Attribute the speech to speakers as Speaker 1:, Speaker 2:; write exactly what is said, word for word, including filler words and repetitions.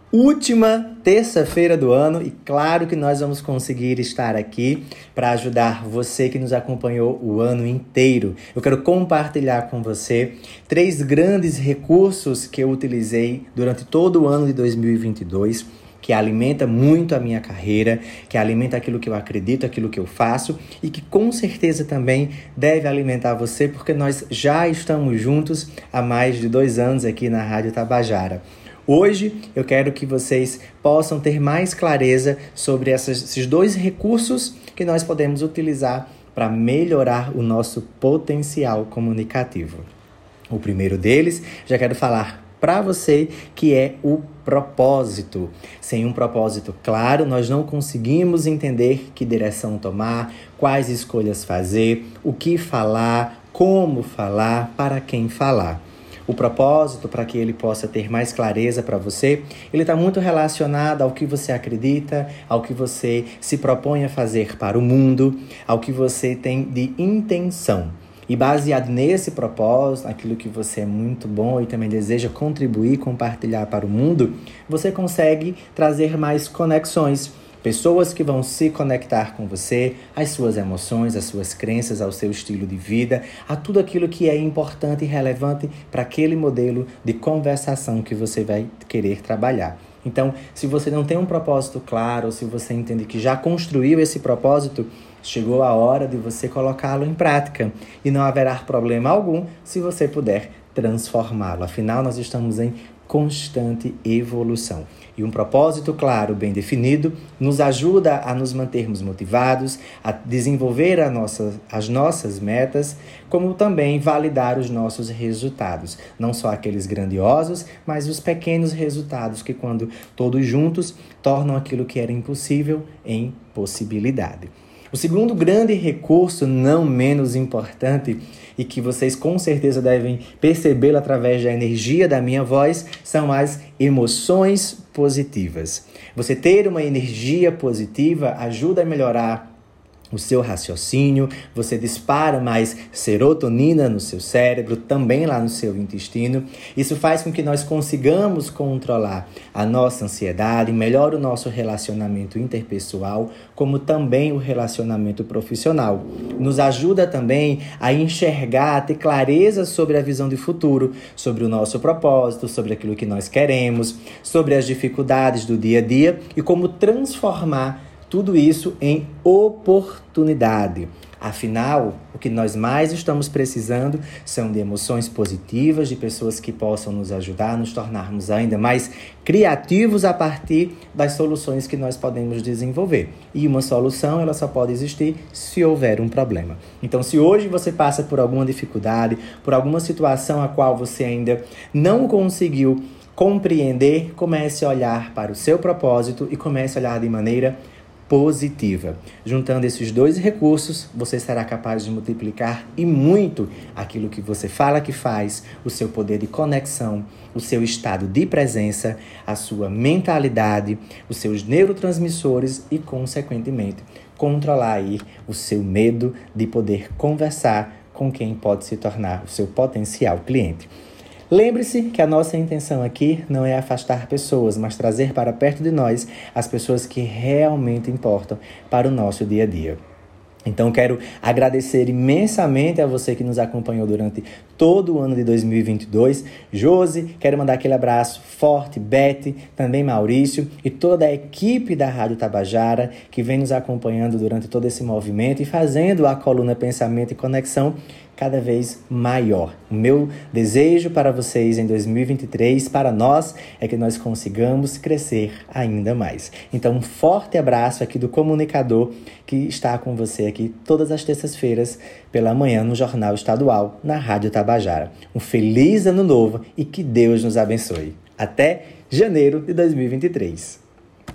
Speaker 1: Última terça-feira do ano e claro que nós vamos conseguir estar aqui para ajudar você que nos acompanhou o ano inteiro. Eu quero compartilhar com você três grandes recursos que eu utilizei durante todo o ano de dois mil e vinte e dois, que alimenta muito a minha carreira, que alimenta aquilo que eu acredito, aquilo que eu faço e que com certeza também deve alimentar você, porque nós já estamos juntos há mais de dois anos aqui na Rádio Tabajara. Hoje eu quero que vocês possam ter mais clareza sobre essas, esses dois recursos que nós podemos utilizar para melhorar o nosso potencial comunicativo. O primeiro deles, já quero falar para você, que é o propósito. Sem um propósito claro, nós não conseguimos entender que direção tomar, quais escolhas fazer, o que falar, como falar, para quem falar. O propósito, para que ele possa ter mais clareza para você, ele está muito relacionado ao que você acredita, ao que você se propõe a fazer para o mundo, ao que você tem de intenção. E baseado nesse propósito, aquilo que você é muito bom e também deseja contribuir, compartilhar para o mundo, você consegue trazer mais conexões. Pessoas que vão se conectar com você, às suas emoções, às suas crenças, ao seu estilo de vida, a tudo aquilo que é importante e relevante para aquele modelo de conversação que você vai querer trabalhar. Então, se você não tem um propósito claro, ou se você entende que já construiu esse propósito, chegou a hora de você colocá-lo em prática. E não haverá problema algum se você puder transformá-lo. Afinal, nós estamos em constante evolução. E um propósito claro, bem definido, nos ajuda a nos mantermos motivados, a desenvolver a nossa, as nossas metas, como também validar os nossos resultados. Não só aqueles grandiosos, mas os pequenos resultados que, quando todos juntos, tornam aquilo que era impossível em possibilidade. O segundo grande recurso, não menos importante, e que vocês com certeza devem percebê-lo através da energia da minha voz, são as emoções positivas. Você ter uma energia positiva ajuda a melhorar o seu raciocínio, você dispara mais serotonina no seu cérebro, também lá no seu intestino. Isso faz com que nós consigamos controlar a nossa ansiedade, melhora o nosso relacionamento interpessoal, como também o relacionamento profissional. Nos ajuda também a enxergar, a ter clareza sobre a visão de futuro, sobre o nosso propósito, sobre aquilo que nós queremos, sobre as dificuldades do dia a dia e como transformar tudo isso em oportunidade. Afinal, o que nós mais estamos precisando são de emoções positivas, de pessoas que possam nos ajudar a nos tornarmos ainda mais criativos a partir das soluções que nós podemos desenvolver. E uma solução, ela só pode existir se houver um problema. Então, se hoje você passa por alguma dificuldade, por alguma situação a qual você ainda não conseguiu compreender, comece a olhar para o seu propósito e comece a olhar de maneira positiva. Juntando esses dois recursos, você será capaz de multiplicar e muito aquilo que você fala que faz, o seu poder de conexão, o seu estado de presença, a sua mentalidade, os seus neurotransmissores e, consequentemente, controlar aí o seu medo de poder conversar com quem pode se tornar o seu potencial cliente. Lembre-se que a nossa intenção aqui não é afastar pessoas, mas trazer para perto de nós as pessoas que realmente importam para o nosso dia a dia. Então, quero agradecer imensamente a você que nos acompanhou durante todo o ano de dois mil e vinte e dois. Josi, quero mandar aquele abraço forte, Beth, também Maurício e toda a equipe da Rádio Tabajara que vem nos acompanhando durante todo esse movimento e fazendo a coluna Pensamento e Conexão cada vez maior. O meu desejo para vocês em dois mil e vinte e três, para nós, é que nós consigamos crescer ainda mais. Então, um forte abraço aqui do comunicador que está com você aqui todas as terças-feiras pela manhã no Jornal Estadual, na Rádio Tabajara. Um feliz ano novo e que Deus nos abençoe. Até janeiro de dois mil e vinte e três.